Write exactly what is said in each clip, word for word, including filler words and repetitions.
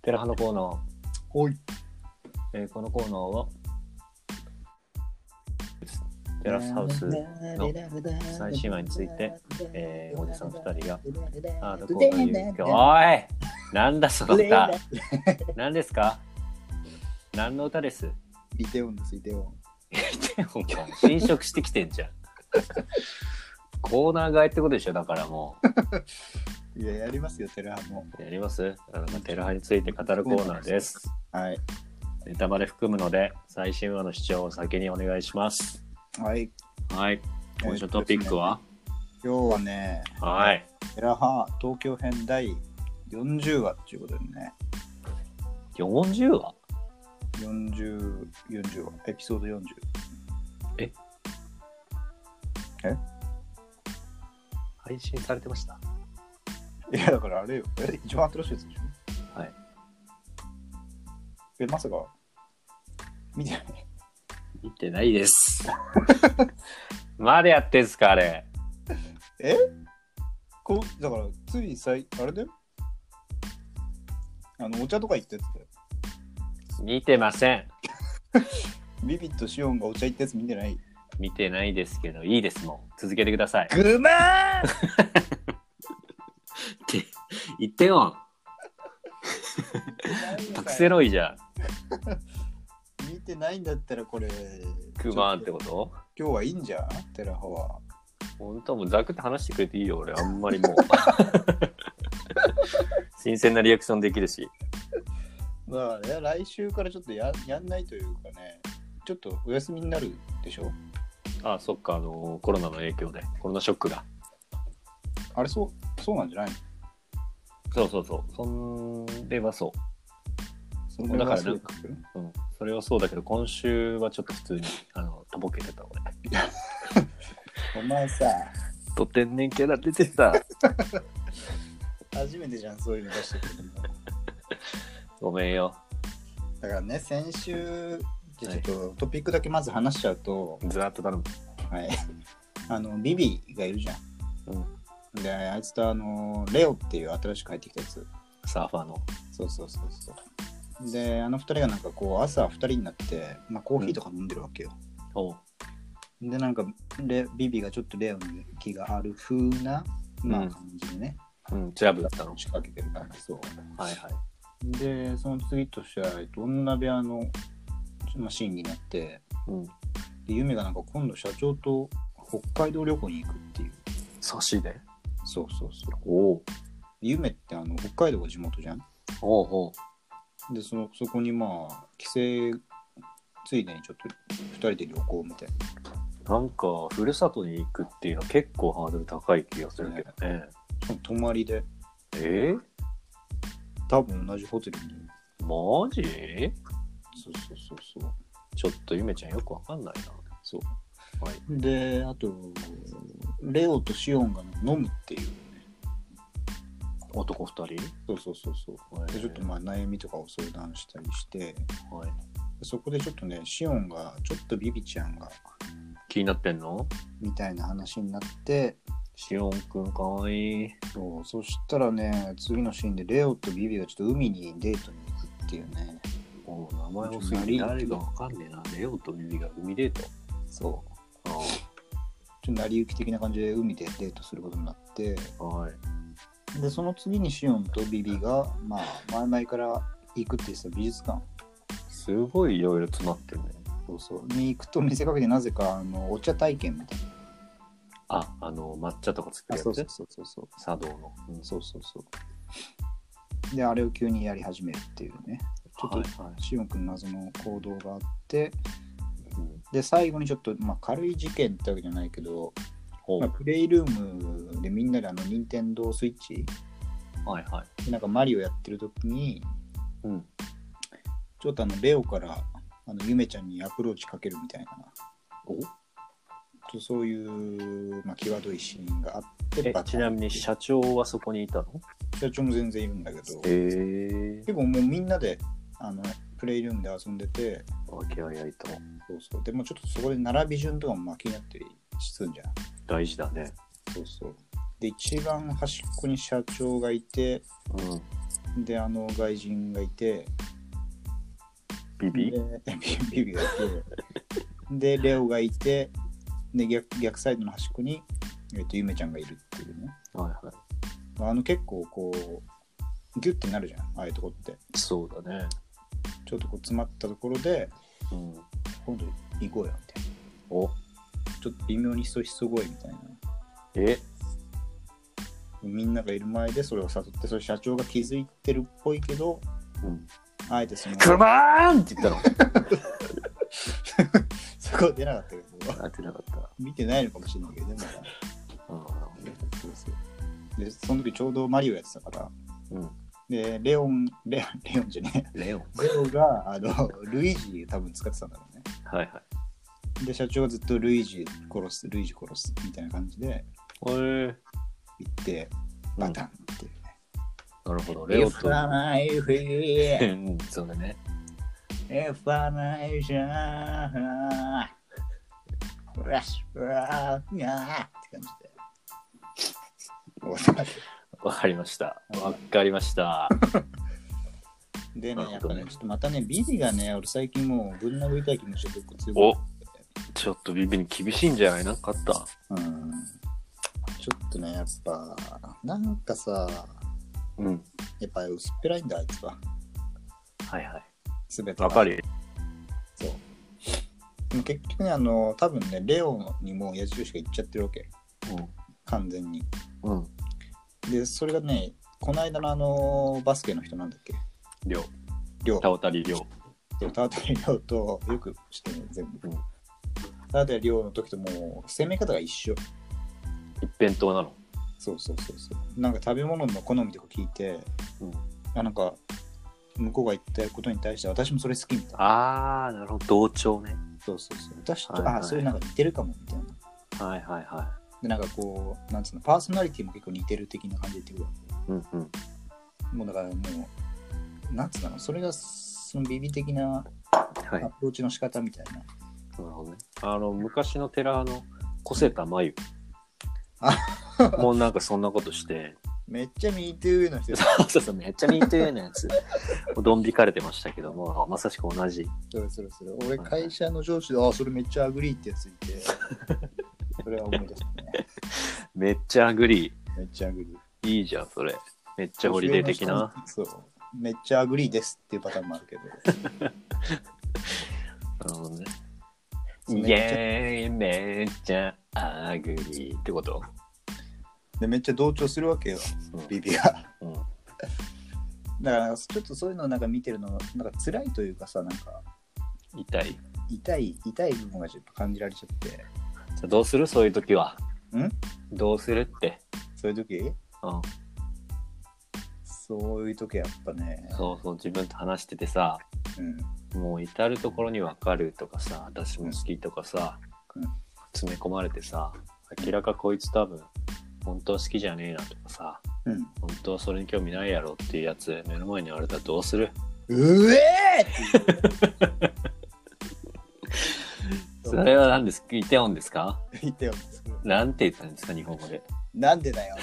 テラハのコーナー。 ほい。 えー、このコーナーはテラスハウスの最新話について、えー、おじさんふたりがハードコーナー言う。おい、なんだその歌。何ですか？何の歌です？ イテウォンです、イテウォン。 イテウォンか。侵食してきてんじゃん。コーナー替えってことでしょ。だからもういや、やりますよ、テラハも。 やります。あのテラハについて語るコーナーです。 はい。 ネタバレ含むので最新話の視聴を先にお願いします。 はい。 はい。今週のトピックは、 えー、今日はね、 はい。 テラハ東京編だいよんじゅうわということでね。 よんじゅうわ ? よんじゅう、よんじゅうわ。エピソードよんじゅう。 ええ配信されてました？ いや、だからあれよ。え、一番新しいやつでしょ？ はい。 え、まさか、見てない？ 見てないです。まだやってんすか、あれ。 えこう、だから、ついさい、あれだよ。あの、お茶とか行ったやつだよ。 見てません。 ビビッとシオンがお茶行ったやつ見てない？ 見てないですけど、いいですもん。続けてください。 ぐまーって言ってよ。パクセロイじゃん。 見てないんだったらこれクマーンってこと？ 今日はいいんじゃん、テラハは。 本当はもうざくって話してくれていいよ。俺あんまりもう新鮮なリアクションできるし。 まあね、来週からちょっと や, やんないというかね、ちょっとお休みになるでしょ。 ああ、そっか、あのー、コロナの影響でコロナショックがあれ、そうそうなんじゃないの？ そうそうそう、そんではそうそれはそうだからなんか、うん、それはそうだけど、今週はちょっと普通にあのとぼけてた俺。 お前さ、 と天然キャラ出てた。 初めてじゃん、そういうの出してくるの。 ごめんよ。 だからね、先週ちょっとトピックだけまず話しちゃうと、 ずーっと頼む。 はい、あのビビがいるじゃん。 うん。 で、あいつとあのレオっていう新しく入ってきたやつ。 サーファーの。 そうそうそうそう。で、あの二人がなんかこう朝二人になって、まあ、コーヒーとか飲んでるわけよ。 おう。 で、なんかレビビがちょっとレオに気がある風な、まあ、感じでね。 うん、チラブだったの。 仕掛けてるから、そう。 はいはい。 で、その次としては、女部屋の、まあ、シーンになって、 うん、 で、ユメがなんか今度社長と北海道旅行に行くっていう。 差しで？ そうそうそう。 おう。 ユメってあの北海道が地元じゃん。 おうおう。で、そのそこにまあ帰省ついでにちょっとふたりで旅行みたいな。なんかふるさとに行くっていうのは結構ハードル高い気がするけどね。 な。その泊まりで。 えー、 多分同じホテルに。 マジ？ そうそうそうそう。 ちょっとゆめちゃんよくわかんないな。 そう。 はい。 で、あとレオとシオンが飲むっていう、ね、 男ふたり？ そうそうそうそう。で、ちょっとまあ悩みとかを相談したりして、 はい。 そこでちょっとね、シオンがちょっとビビちゃんが気になってんの？ みたいな話になって、 シオンくんかわいい。 そう、そしたらね、次のシーンでレオとビビがちょっと海にデートに行くっていうね。 お名前をすぎて誰がわかんねえな。レオとビビが海デート。 そう。 ああ、 ちょっと成り行き的な感じで海でデートすることになって、 はい。 で、その次にシオンとビビが、まあ、前々から行くって言ってた美術館。 すごいいろいろ詰まってるね。 そうそう。に行くと見せかけて、なぜかあのお茶体験みたいな。 あ、あの抹茶とか作るやつ。 そうそうそうそうそう。 茶道の、 うん。そうそうそう。で、あれを急にやり始めるっていうね。ちょっと、はいはい、シオン君の謎の行動があって、うん、で、最後にちょっと、まあ、軽い事件ってわけじゃないけど、まあ、プレイルームでみんなであの任天堂スイッチ、 はいはい、 でなんかマリオやってる時に、うん、ちょっとあのレオからあのユメちゃんにアプローチかけるみたいな、おとそういう、まあ、際どいシーンがあって、 えちなみに社長はそこにいたの？ 社長も全然いるんだけど、 えー、 結構もうみんなであのプレイルームで遊んでて、 わけあいあいと、 そうそう、でもちょっとそこで並び順とかもまあ気になったりするんじゃん。 大事だね。 そうそう。で、一番端っこに社長がいて、 であの外人がいてビビでビビがいてでレオがいてで 逆, 逆サイドの端っこに、えっと、ゆめちゃんがいるっていうね。 はいはい。 あの結構こうギュッてなるじゃん、ああいうとこって。 そうだね。 ちょっとこう詰まったところで、 うん、 今度行こうよみたいな。 おちょっと微妙にひそひそ声みたいな。 えみんながいる前でそれを誘って、それ社長が気づいてるっぽいけど、うん、あえてそのクマーンって言ったのそこは出なかったけど、 あ出なかった。 見てないのかもしれないけどね、まだ。 あそうそうで、その時ちょうどマリオやってたから、 うん、 で、レオン、レオン、レオンじゃねえ。 レオン。 レオが、あの、ルイージ多分使ってたんだろうね。 はいはい。 で、社長はずっとルイージ殺す、ルイージ殺すみたいな感じで、 へー行って、バタンっていうね。 うん、なるほど、レオと。 If I feel そうだね。 If I shine Rush, rush, って感じで。 わかりました。わかりました。 でね、やっぱね、ちょっとまたね、ビビがね、俺最近もうぶん殴りたい気持ちが結構強くて。 おちょっとビビに厳しいんじゃない？なんかあった？ うん。ちょっとね、やっぱ、なんかさ、 うん。 やっぱ薄っぺらいんだ、あいつは。 はいはい。 すべて。 わかる。 そう。でも結局ね、あの、多分ね、レオにもう矢印がいっちゃってるわけ。うん。完全に。うん。で、それがね、この間のあの、バスケの人なんだっけ？りょう。りょう。 田渡りりょう。田渡りりょうと、よく知ってるね、全部。うん。田渡りりょうの時ともう、攻め方が一緒。 一辺倒なの？ そうそうそうそう。なんか食べ物の好みとか聞いて、うん、あなんか向こうが言ったことに対して私もそれ好きみたいな。 ああ、なるほど、同調ね。 そうそうそう。私と、はいはい、あそれなんか似てるかもみたいな。はいはいはい。 でなんかこうなんつうのパーソナリティも結構似てる的な感じで言ってくるわけ。うんうん。もうだからもうなんつうのそれがそのビビ的なアプローチの仕方みたいな。はい、 なるほどね。あの昔の寺の小瀬田真由。もうなんかそんなことしてめっちゃ ミートゥー の人そうそうそうめっちゃ ミートゥー のやつどん引かれてましたけどもまさしく同じそれそれそれ俺会社の上司であそれめっちゃアグリーってやついてそれは思い出したねめっちゃアグリーめっちゃアグリーいいじゃんそれめっちゃホリデー的なそうめっちゃアグリーですっていうパターンもあるけどなるほどねイエーイめっちゃアグリーってことでめっちゃ同調するわけよ、うん、ビビが、うん、だからちょっとそういうのなんか見てるのなんか辛いというかさなんか痛い痛い痛い部分がちょっと感じられちゃってじゃどうするそういう時はんどうするってそういう時うんそういう時やっぱねそうそう自分と話しててさ、うん、もう至るところに分かるとかさ私も好きとかさ、うん、詰め込まれてさ明らかこいつ多分本当は好きじゃねえなとかさ、うん、本当はそれに興味ないやろっていうやつ目の前に言われたらどうする？ うえーそれは何ですか？イテウォンですか？ イテウォンです。 なんて言ったんですか日本語で？ なんでだよ。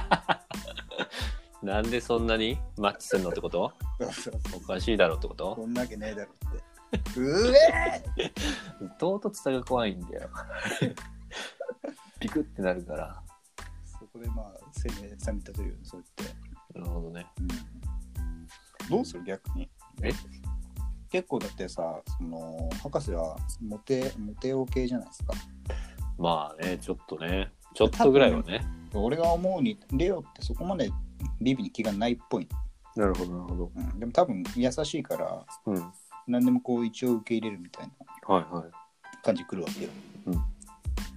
なんでそんなにマッチするのってこと？おかしいだろってこと？ そんなわけねえだろって。うえー唐突さが怖いんだよ。ピクってなるから。 そこでまあ攻め攻めたというそう言って。 なるほどね。 うん、どうする逆に？ え？ 結構だってさその博士はモテモテオ系じゃないですか。 まあねちょっとねちょっとぐらいはね。 俺が思うにレオってそこまでビビに気がないっぽい。 なるほどなるほど、 うん、でも多分優しいから、うん、何でもこう一応受け入れるみたいな感じくるわけよ、はいはい、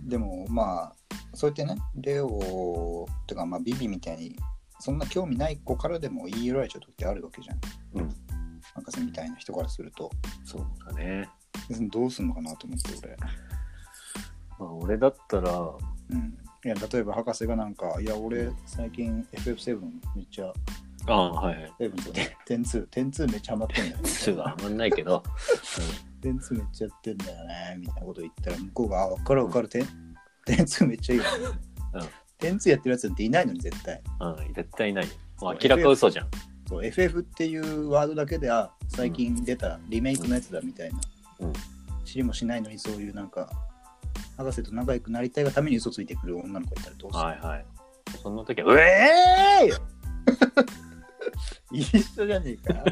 でもまあそうやってねレオとかまあビビみたいにそんな興味ない子からでも言い寄られちゃう時ってあるわけじゃん、うん、博士みたいな人からするとそうだねどうすんのかなと思って俺まあ俺だったらうんいや例えば博士がなんかいや俺最近 エフエフセブン めっちゃああはい。 セブンと点ツー点ツーめっちゃハマってんだよね。 点ツーはハマんないけど、 点ツーめっちゃやってんだよねみたいなこと言ったら向こうがあ分かる分かる点点ツーめっちゃいいよね。うん、点ツーやってるやつなんていないのに絶対。 うん絶対いないよ。もう明らか嘘じゃん。 そう エフエフ っていうワードだけでは最近出たリメイクのやつだみたいな、うん、知りもしないのにそういうなんか博士と仲良くなりたいがために嘘ついてくる女の子いたらどうする？ はいはい。その時はうえーよ一緒じゃねえか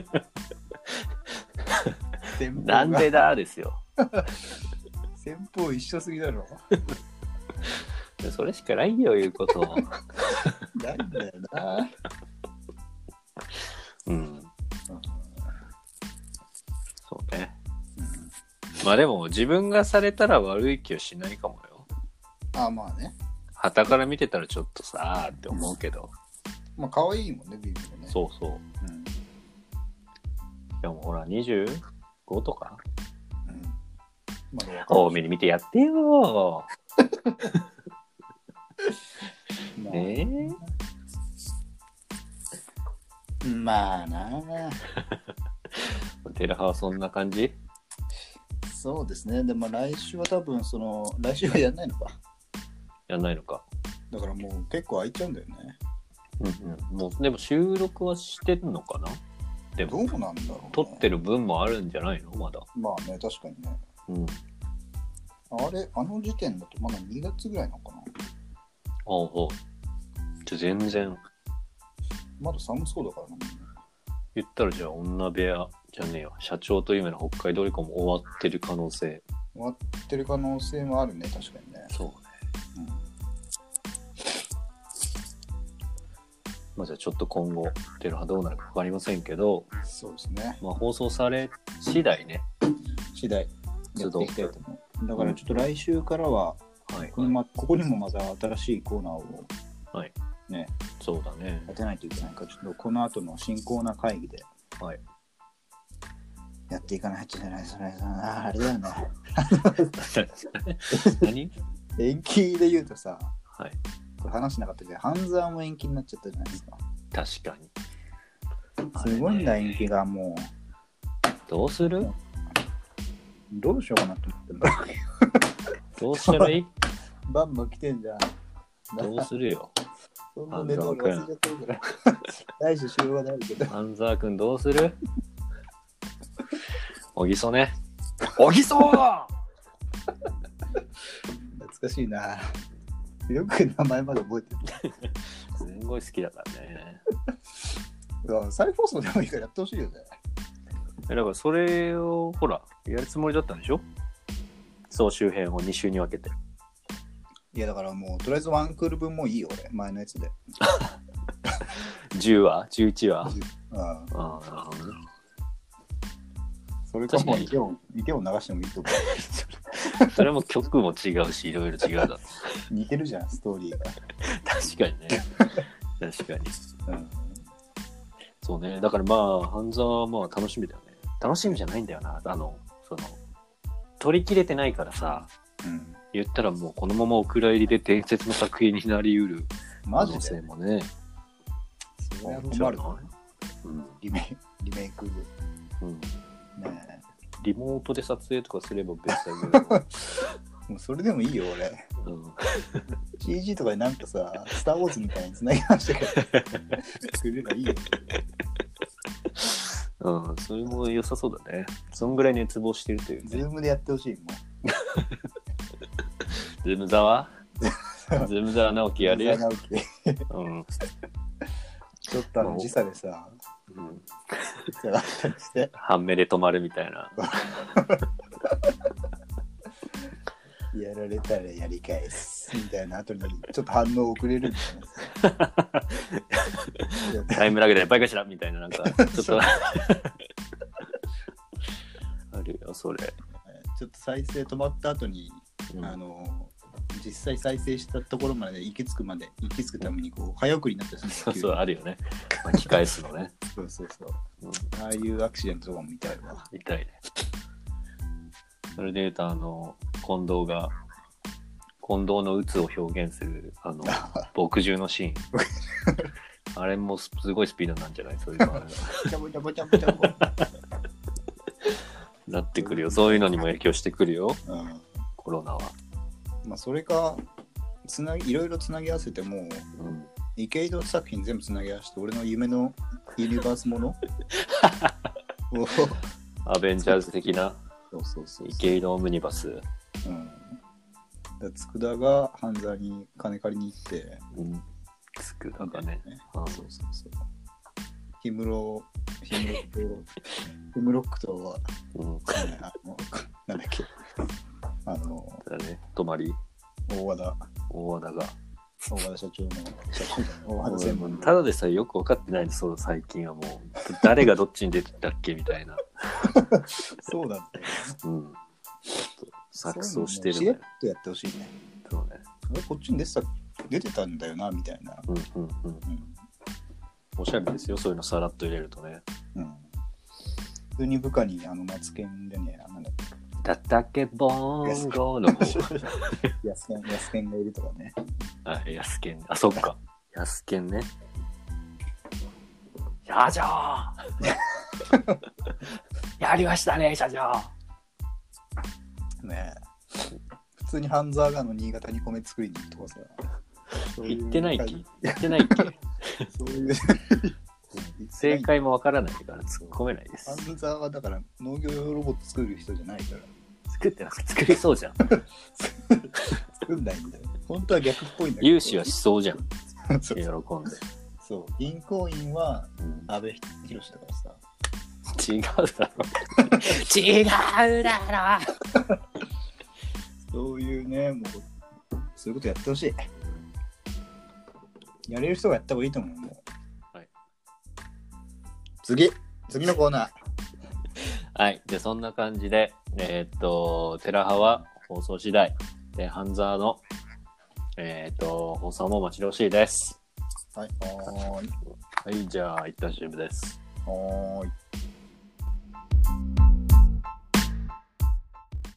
なんでだですよ先方一緒すぎだろそれしかないよ言うことなんだよなうん、うん、そうね、うん、まあでも自分がされたら悪い気はしないかもよ。 ああまあね、 傍から見てたらちょっとさーって思うけど、 まあ可愛いもんねビビもね。 そうそう、うん、でもほらにじゅうごとか、うん、まあ、多めに見てやってよねえまあなテラハはそんな感じ？ そうですね。でも来週は多分その来週はやんないのかやんないのか。 だからもう結構空いちゃうんだよね。 うんうん。もうでも収録はしてるのかな。でもどうなんだろう、ね、 撮ってる分もあるんじゃないのまだ。 まあね確かにね。うん。あれあの時点だとまだにがつぐらいなのかな。 ああ、じゃあ全然まだ寒そうだからな。 言ったらじゃあ女部屋じゃねえよ社長と夢の北海道旅行も終わってる可能性終わってる可能性もあるね。確かにね。 そうね、うん、まあじゃあちょっと今後テラハどうなるか分かりませんけど、 そうですね、 まあ放送され次第ね次第やっていきたいと思う。だからちょっと来週からは、うん、はい、このま、ここにもまた新しいコーナーをはいね、 そうだね。 やってないといけないから、ちょっとこの後の新コーナー会議で、 はい、 やっていかないといけない。それああれだよね。 何？ 延期で言うとさ、 はい、 これ話しなかったけど、半沢も延期になっちゃったじゃないですか。 確かに。すごいんだ、延期がもう。 どうする？ どうしようかなと思ってんだ。 どうしたらいい？ バンバン来てんじゃん。 どうするよ。 そんなネタ忘れちゃってるから。来週終了になるけど。 半沢くんどうする？おぎそね。おぎそー懐かしいな。よく名前まで覚えてる。 すんごい好きだからね。 再放送でもいいからやってほしいよね。 だからそれをほらやるつもりだったんでしょ？総集編をに週に分けて。 いやだからもうとりあえずワンクール分もいいよ俺前のやつで。 じゅうわじゅういちわ。 ああ。ああ。それかもう池を池を流してもいいと思う。それも曲も違うしいろいろ違うだろ。 似てるじゃんストーリーが。 確かにね。確かに。うん。そうね。だからまあ半沢はまあ楽しみだよね。楽しみじゃないんだよな。あのその取り切れてないからさ。うん。言ったらもうこのままお蔵入りで伝説の作品になりうる可能性もね。 それは困るな、うん、リメイク、リメイク、うんね、リモートで撮影とかすれば別だけどもうそれでもいいよ俺、うん、シージー とかでなんかさスターウォーズみたいに繋ぎましたけど作ればいいよ。 うん、それも良さそうだね。そんぐらい熱望してるというね。 ズームでやってほしいもん。 ズームザワズームザワ直樹やるよ。 直樹。うん。ちょっとあの時差でさ、うん。 半目で止まるみたいな。 やられたらやり返すみたいな後にちょっと反応遅れるみたいな。 タイムラグで倍返しだみたいななんかちょっとあるよそれ。 ちょっと再生止まった後に、うん、あの実際再生したところまで行き着くまで行き着くためにこう早送りになったりする。 そうそうあるよね。巻き返すのね。 そうそうそう、うん。ああいうアクシデントとかも見たいわ。 見たいね。それでいうとあの近藤が近藤の鬱を表現するあの墨汁のシーン。あれもすごいスピードなんじゃない？そういうの。なってくるよ。そういうのにも影響してくるよ。うん、コロナは。 まあそれかつなぎいろいろつなぎ合わせても、うん、池井戸作品全部つなぎ合わせて俺の夢のユニバースものアベンジャーズ的なそうそうそう池井戸オムニバス。 うん。だ佃が半沢に金借りに行って、 うん。佃がね。 ねうん、そうそうそう。ヒムロ、ヒムロックと、ヒムロックとは、うん、ね、あのなんだっけ、あの、 だね、泊まり。 大和田。 大和田が。 大和田社長の社長大和田専門ただでさえよく分かってないんですそう最近はもう誰がどっちに出てたっけみたいなそうなんだよ、ね、 うん錯綜してるしれっとやってほしいね。 そうねあれこっちに出てた出てたんだよなみたいな。 うんうんうん、うん、おしゃれですよそういうのさらっと入れるとね。 うん普通に部下にあのマツケンでねなんだっけたたけボンゴの方ヤスケンヤスケンがいるとかね。 あ、ヤスケン。あ、そっか。ヤスケンね。社長やりましたね、社長ねえ。普通に半沢がの新潟に米作りに行くとかさ。 行ってないっけ行ってないっけそういう正解もわからないから突っ込めないです。 半沢はだから農業用ロボット作る人じゃないから。 作ってなくて作りそうじゃん。 作んないんだよ。本当は逆っぽいんだけど。 融資はしそうじゃん。喜んで。 そう。銀行員は安倍博士だからさ。 違うだろ。違うだろ。 そういうね、もうそういうことやってほしい。やれる人がやった方がいいと思う。もうはい。次、次のコーナー。 はい。じゃあそんな感じで、えー、っと、テラハは放送次第、で、半沢の、えー、っと、放送も待ち遠しいです。 はい。はーい。 はい、じゃあ、一旦 シーエム です。 はーい。